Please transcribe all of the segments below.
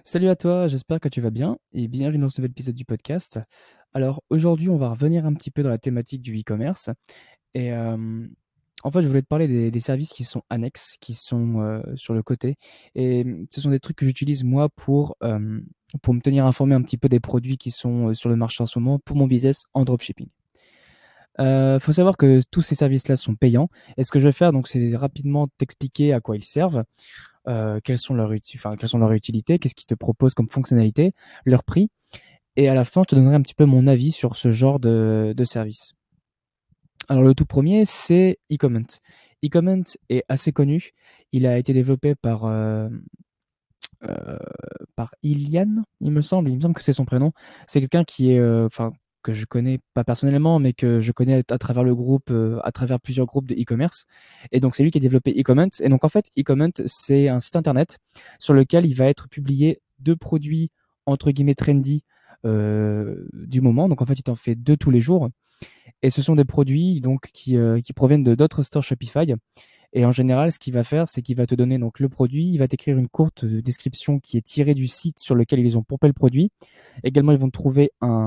Salut à toi, j'espère que tu vas bien et bienvenue dans ce nouvel épisode du podcast. Alors aujourd'hui, on va revenir un petit peu dans la thématique du e-commerce et en fait, je voulais te parler des services qui sont annexes, qui sont sur le côté et ce sont des trucs que j'utilise moi pour me tenir informé un petit peu des produits qui sont sur le marché en ce moment pour mon business en dropshipping. Faut savoir que tous ces services-là sont payants et ce que je vais faire donc c'est rapidement t'expliquer à quoi ils servent, quelles sont leurs utilités, qu'est-ce qu'ils te proposent comme fonctionnalité, leur prix, et à la fin, je te donnerai un petit peu mon avis sur ce genre de service. Alors, le tout premier, c'est eComment. eComment est assez connu. Il a été développé euh, par Ilian, il me semble. Il me semble que c'est son prénom. C'est quelqu'un qui est, enfin, que je connais pas personnellement, mais que je connais à travers le groupe, à travers plusieurs groupes de e-commerce. Et donc, c'est lui qui a développé eComment. Et donc, en fait, eComment, c'est un site internet sur lequel il va être publié deux produits, entre guillemets, trendy du moment. Donc, en fait, il t'en fait deux tous les jours. Et ce sont des produits donc qui proviennent de d'autres stores Shopify. Et en général, ce qu'il va faire, c'est qu'il va te donner donc le produit, il va t'écrire une courte description qui est tirée du site sur lequel ils ont pompé le produit. Également, ils vont trouver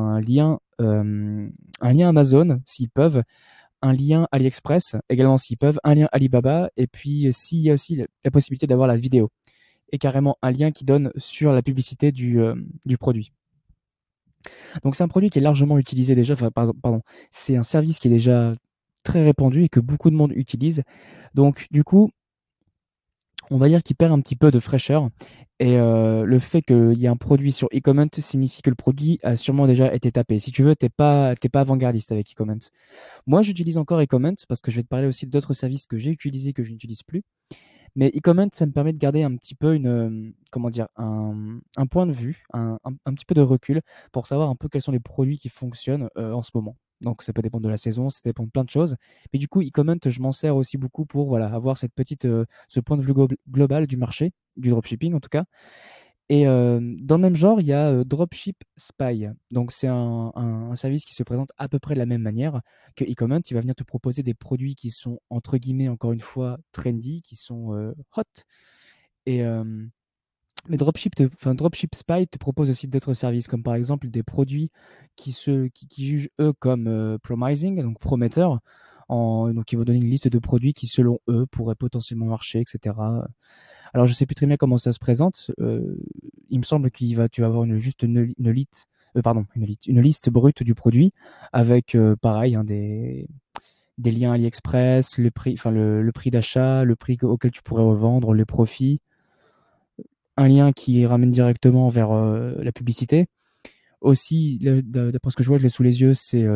un lien Amazon s'ils peuvent, un lien AliExpress également s'ils peuvent, un lien Alibaba, et puis s'il y a aussi la possibilité d'avoir la vidéo et carrément un lien qui donne sur la publicité du produit. Donc c'est un produit qui est largement utilisé déjà, enfin pardon, c'est un service qui est déjà très répandu et que beaucoup de monde utilise. Donc du coup, on va dire qu'il perd un petit peu de fraîcheur. Et le fait qu'il y ait un produit sur eComment signifie que le produit a sûrement déjà été tapé. Si tu veux, t'es pas avant-gardiste avec eComment. Moi, j'utilise encore eComment parce que je vais te parler aussi d'autres services que j'ai utilisés que je n'utilise plus. Mais e-comment, ça me permet de garder un petit peu comment dire, un point de vue, un petit peu de recul pour savoir un peu quels sont les produits qui fonctionnent en ce moment. Donc ça peut dépendre de la saison, ça dépend de plein de choses. Mais du coup, e-comment, je m'en sers aussi beaucoup pour voilà, avoir ce point de vue global du marché, du dropshipping en tout cas. Et dans le même genre, il y a Dropship Spy. Donc, c'est un service qui se présente à peu près de la même manière que eComment. Il va venir te proposer des produits qui sont, entre guillemets, encore une fois, trendy, qui sont hot. Et, mais Dropship Spy te propose aussi d'autres services, comme par exemple des produits qui jugent, eux, comme promising, donc prometteurs. Donc, ils vont donner une liste de produits qui, selon eux, pourraient potentiellement marcher, etc. Alors, je sais plus très bien comment ça se présente. Il me semble tu vas avoir juste une liste brute du produit avec, pareil, hein, des liens AliExpress, le prix, enfin le prix d'achat, le prix auquel tu pourrais revendre, les profits, un lien qui ramène directement vers la publicité. Aussi, d'après ce que je vois, je l'ai sous les yeux, c'est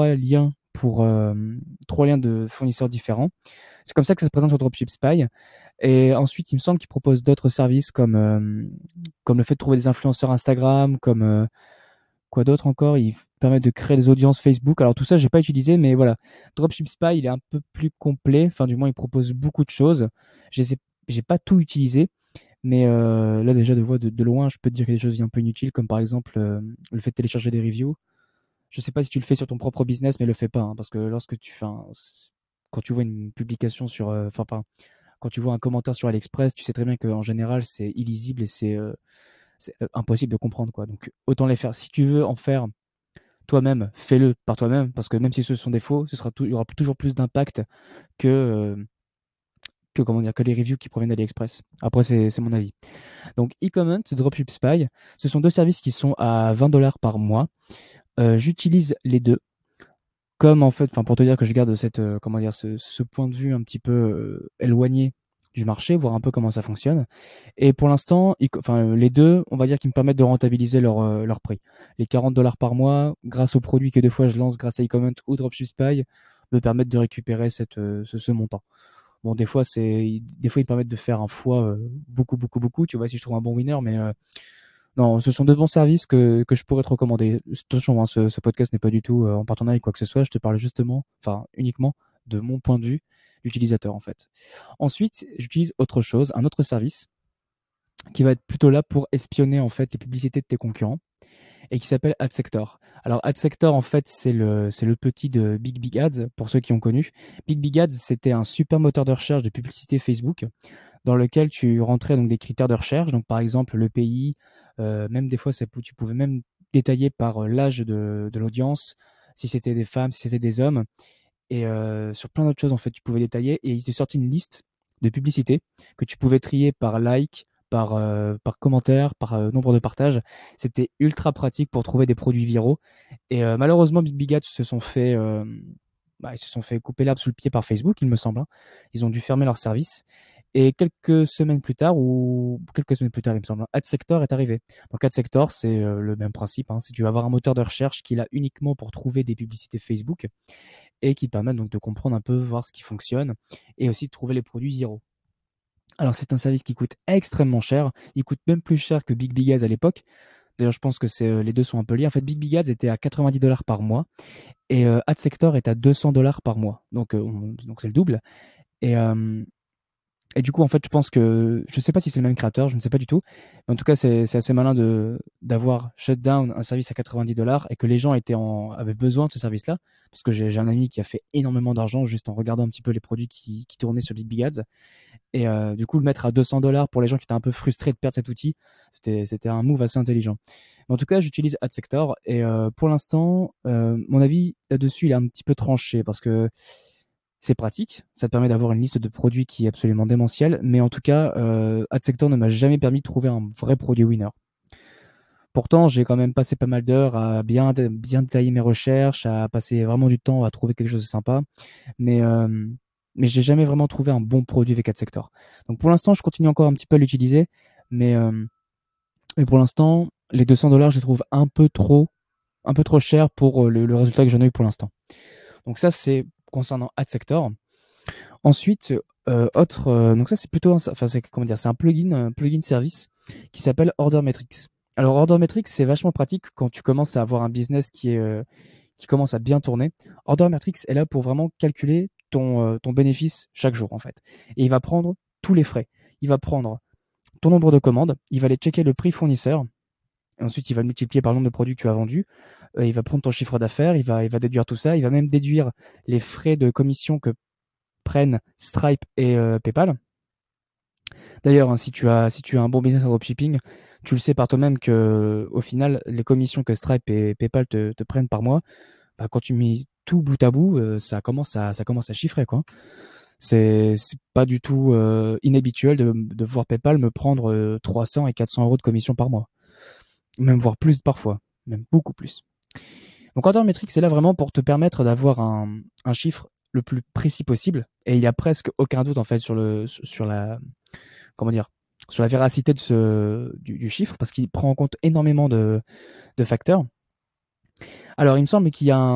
trois liens de fournisseurs différents. C'est comme ça que ça se présente sur Dropship Spy. Et ensuite, il me semble qu'ils proposent d'autres services comme le fait de trouver des influenceurs Instagram, comme quoi d'autre encore. Ils permettent de créer des audiences Facebook. Alors tout ça, j'ai pas utilisé, mais voilà. Dropship Spy, il est un peu plus complet. Enfin, du moins, il propose beaucoup de choses. Je les ai- J'ai pas tout utilisé, mais là déjà de loin, je peux te dire qu'il y a des choses un peu inutiles, comme par exemple le fait de télécharger des reviews. Je sais pas si tu le fais sur ton propre business, mais le fais pas, hein, parce que quand tu vois une publication quand tu vois un commentaire sur AliExpress, tu sais très bien qu'en général, c'est illisible et c'est impossible de comprendre, quoi. Donc, autant les faire. Si tu veux en faire toi-même, fais-le par toi-même, parce que même si ce sont des faux, il y aura toujours plus d'impact que, euh, comment dire, que les reviews qui proviennent d'AliExpress. Après, c'est mon avis. Donc, eComment, Dropship Spy, ce sont deux services qui sont à 20 $ par mois. J'utilise les deux. Comme en fait, enfin pour te dire que je garde comment dire, ce point de vue un petit peu éloigné du marché, voir un peu comment ça fonctionne. Et pour l'instant, les deux, on va dire qu'ils me permettent de rentabiliser leur prix. Les 40 $ par mois, grâce aux produits que des fois je lance grâce à eComment ou Dropshippy, me permettent de récupérer ce montant. Bon, des fois, ils me permettent de faire un fois beaucoup, beaucoup, beaucoup, tu vois, si je trouve un bon winner, mais non, ce sont de bons services que je pourrais te recommander. Attention, hein, ce podcast n'est pas du tout en partenariat avec quoi que ce soit. Je te parle justement, enfin uniquement de mon point de vue d'utilisateur en fait. Ensuite, j'utilise autre chose, un autre service qui va être plutôt là pour espionner en fait les publicités de tes concurrents et qui s'appelle AdSector. Alors AdSector en fait c'est le petit de Big Big Ads pour ceux qui ont connu. Big Big Ads c'était un super moteur de recherche de publicité Facebook dans lequel tu rentrais donc des critères de recherche, donc par exemple le pays, Même des fois, tu pouvais même détailler par l'âge de l'audience, si c'était des femmes, si c'était des hommes. Et sur plein d'autres choses, en fait, tu pouvais détailler. Et il te sortait une liste de publicités que tu pouvais trier par like, par commentaire, par nombre de partages. C'était ultra pratique pour trouver des produits viraux. Et malheureusement, Big Ads ils se sont fait couper l'herbe sous le pied par Facebook, il me semble, hein. Ils ont dû fermer leur service. Et quelques semaines plus tard, il me semble, AdSector est arrivé. Donc AdSector, c'est le même principe, hein. Si tu vas avoir un moteur de recherche qui est là uniquement pour trouver des publicités Facebook et qui te permet donc de comprendre un peu, voir ce qui fonctionne et aussi de trouver les produits zéro. Alors c'est un service qui coûte extrêmement cher. Il coûte même plus cher que Big Ads à l'époque. D'ailleurs, je pense que les deux sont un peu liés. En fait, Big Ads était à $90 par mois et AdSector est à $200 par mois. Donc c'est le double. Et, euh, et du coup, en fait, je pense que je ne sais pas si c'est le même créateur, je ne sais pas du tout. Mais en tout cas, c'est assez malin d'avoir shut down un service à $90 et que les gens avaient besoin de ce service-là. Parce que j'ai un ami qui a fait énormément d'argent juste en regardant un petit peu les produits qui tournaient sur Big Ads. Et du coup, le mettre à $200 pour les gens qui étaient un peu frustrés de perdre cet outil, c'était un move assez intelligent. Mais en tout cas, j'utilise AdSector et pour l'instant, mon avis là-dessus, il est un petit peu tranché parce que c'est pratique, ça te permet d'avoir une liste de produits qui est absolument démentielle, mais en tout cas, AdSector ne m'a jamais permis de trouver un vrai produit winner. Pourtant, j'ai quand même passé pas mal d'heures à bien détailler mes recherches, à passer vraiment du temps à trouver quelque chose de sympa, mais, euh, mais j'ai jamais vraiment trouvé un bon produit avec AdSector. Donc pour l'instant, je continue encore un petit peu à l'utiliser, mais, euh, mais pour l'instant, les $200, je les trouve un peu trop cher pour le résultat que j'en ai eu pour l'instant. Donc ça, c'est concernant AdSector. Ensuite, donc ça c'est plutôt c'est comment dire, c'est un plugin service qui s'appelle Order Metrics. Alors Order Metrics, c'est vachement pratique quand tu commences à avoir un business qui commence à bien tourner. Order Metrics est là pour vraiment calculer ton bénéfice chaque jour en fait. Et il va prendre tous les frais. Il va prendre ton nombre de commandes, il va aller checker le prix fournisseur, et ensuite il va le multiplier par le nombre de produits que tu as vendus. Il va prendre ton chiffre d'affaires, il va déduire tout ça, il va même déduire les frais de commission que prennent Stripe et PayPal. D'ailleurs, hein, si tu as un bon business en dropshipping, tu le sais par toi-même que au final, les commissions que Stripe et PayPal te prennent par mois, bah, quand tu mets tout bout à bout, ça commence à chiffrer, quoi. C'est pas du tout inhabituel de voir PayPal me prendre 300 et 400 euros de commission par mois, même voire plus parfois, même beaucoup plus. Donc Order Metrics est là vraiment pour te permettre d'avoir un chiffre le plus précis possible et il y a presque aucun doute en fait sur la comment dire sur la véracité du chiffre parce qu'il prend en compte énormément de facteurs. Alors il me semble qu'il y a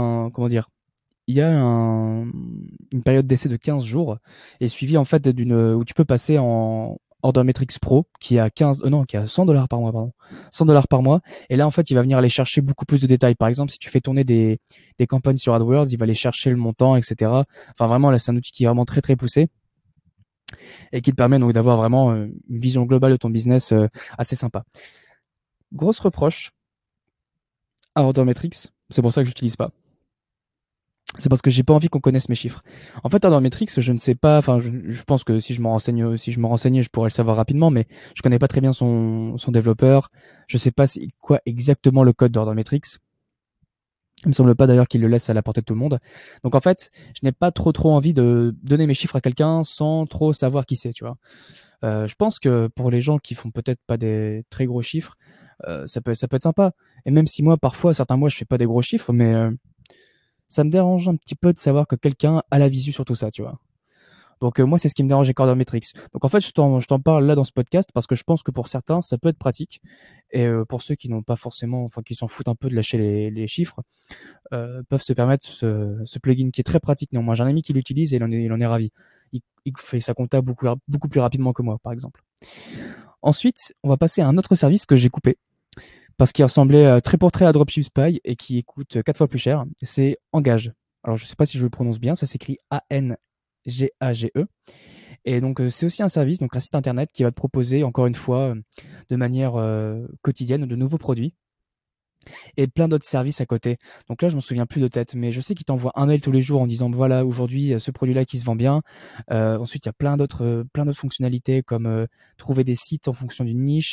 une période d'essai de 15 jours et suivi en fait où tu peux passer en Order Metrics Pro qui a qui a $100 par mois, pardon. $100 par mois. Et là, en fait, il va venir aller chercher beaucoup plus de détails. Par exemple, si tu fais tourner des campagnes sur AdWords, il va aller chercher le montant, etc. Enfin, vraiment, là, c'est un outil qui est vraiment très, très poussé et qui te permet donc d'avoir vraiment une vision globale de ton business assez sympa. Grosse reproche à Order Metrics, c'est pour ça que j'utilise pas. C'est parce que j'ai pas envie qu'on connaisse mes chiffres. En fait, dans Matrix, je ne sais pas, enfin, je pense que si je me renseignais, je pourrais le savoir rapidement, mais je connais pas très bien son développeur. Je sais pas quoi exactement le code d'Order Matrix. Il me semble pas d'ailleurs qu'il le laisse à la portée de tout le monde. Donc en fait, je n'ai pas trop envie de donner mes chiffres à quelqu'un sans trop savoir qui c'est, tu vois. Je pense que pour les gens qui font peut-être pas des très gros chiffres, ça peut être sympa. Et même si moi, parfois, certains mois, je fais pas des gros chiffres, mais ça me dérange un petit peu de savoir que quelqu'un a la visu sur tout ça, tu vois. Donc moi, c'est ce qui me dérange avec Order Metrics. Donc en fait, je t'en parle là dans ce podcast parce que je pense que pour certains, ça peut être pratique. Et pour ceux qui n'ont pas forcément, enfin qui s'en foutent un peu de lâcher les chiffres, peuvent se permettre ce plugin qui est très pratique. Néanmoins, j'ai un ami qui l'utilise et il en est ravi. Il fait sa compta beaucoup plus rapidement que moi, par exemple. Ensuite, on va passer à un autre service que j'ai coupé parce qu'il ressemblait très pour très à Dropship Spy et qui coûte 4 fois plus cher. C'est Engage. Alors, je ne sais pas si je le prononce bien, ça s'écrit A-N-G-A-G-E. Et donc, c'est aussi un service, donc un site internet qui va te proposer, encore une fois, de manière quotidienne, de nouveaux produits et plein d'autres services à côté. Donc là, je me souviens plus de tête, mais je sais qu'il t'envoie un mail tous les jours en disant voilà, aujourd'hui, ce produit-là qui se vend bien. Ensuite, il y a plein d'autres fonctionnalités comme trouver des sites en fonction d'une niche.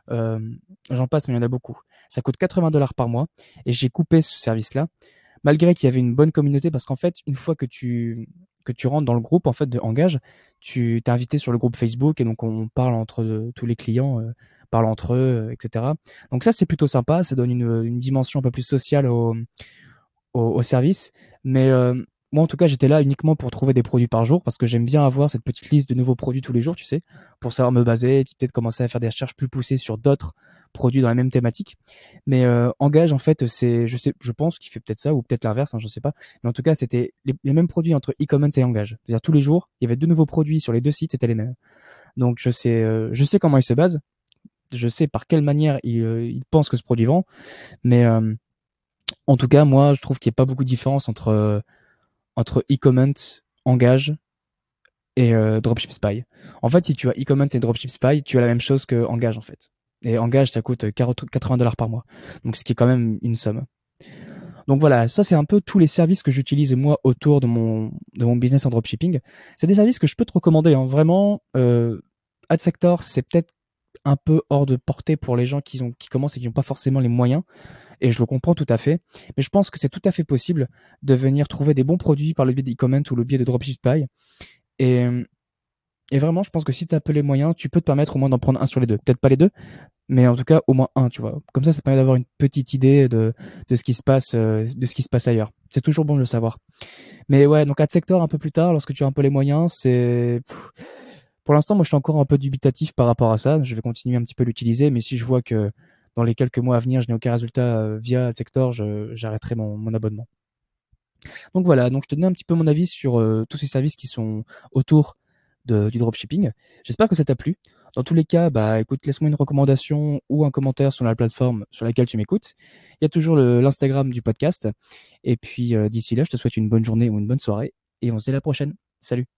j'en passe, mais il y en a beaucoup. Ça coûte 80 $ par mois et j'ai coupé ce service-là, malgré qu'il y avait une bonne communauté, parce qu'en fait, une fois que tu rentres dans le groupe en fait de Engage, tu t'es invité sur le groupe Facebook et donc on parle entre tous les clients, parlent entre eux, etc. Donc ça, c'est plutôt sympa, ça donne une dimension un peu plus sociale au service. Mais moi, en tout cas, j'étais là uniquement pour trouver des produits par jour parce que j'aime bien avoir cette petite liste de nouveaux produits tous les jours, tu sais, pour savoir me baser et puis peut-être commencer à faire des recherches plus poussées sur d'autres produits dans la même thématique. Mais Engage, en fait, je pense qu'il fait peut-être ça ou peut-être l'inverse, hein, je sais pas. Mais en tout cas, c'était les mêmes produits entre e-comment et Engage. C'est-à-dire tous les jours, il y avait deux nouveaux produits sur les deux sites, c'était les mêmes. Donc je sais comment ils se basent, je sais par quelle manière ils pensent que ce produit vend, mais en tout cas, moi, je trouve qu'il n'y a pas beaucoup de différence entre e-comment, Engage et Dropship Spy. En fait, si tu as e-comment et Dropship Spy, tu as la même chose que Engage en fait. Et Engage, ça coûte 80 $ par mois. Donc, ce qui est quand même une somme. Donc voilà, ça c'est un peu tous les services que j'utilise moi autour de mon business en dropshipping. C'est des services que je peux te recommander, hein. Vraiment, AdSector, c'est peut-être un peu hors de portée pour les gens qui commencent et qui n'ont pas forcément les moyens. Et je le comprends tout à fait. Mais je pense que c'est tout à fait possible de venir trouver des bons produits par le biais d'e-comment ou le biais de Dropship.py. Et, et vraiment, je pense que si tu as peu les moyens, tu peux te permettre au moins d'en prendre un sur les deux. Peut-être pas les deux, mais en tout cas au moins un, tu vois. Comme ça te permet d'avoir une petite idée de ce qui se passe, de ce qui se passe ailleurs. C'est toujours bon de le savoir. Mais ouais, donc AdSector un peu plus tard, lorsque tu as un peu les moyens, pour l'instant, moi je suis encore un peu dubitatif par rapport à ça. Je vais continuer un petit peu à l'utiliser, mais si je vois que dans les quelques mois à venir, je n'ai aucun résultat via AdSector, j'arrêterai mon abonnement. Donc voilà, donc je te donne un petit peu mon avis sur tous ces services qui sont autour du dropshipping. J'espère que ça t'a plu. Dans tous les cas, bah écoute, laisse-moi une recommandation ou un commentaire sur la plateforme sur laquelle tu m'écoutes. Il y a toujours l'Instagram du podcast. Et puis d'ici là, je te souhaite une bonne journée ou une bonne soirée et on se dit à la prochaine. Salut.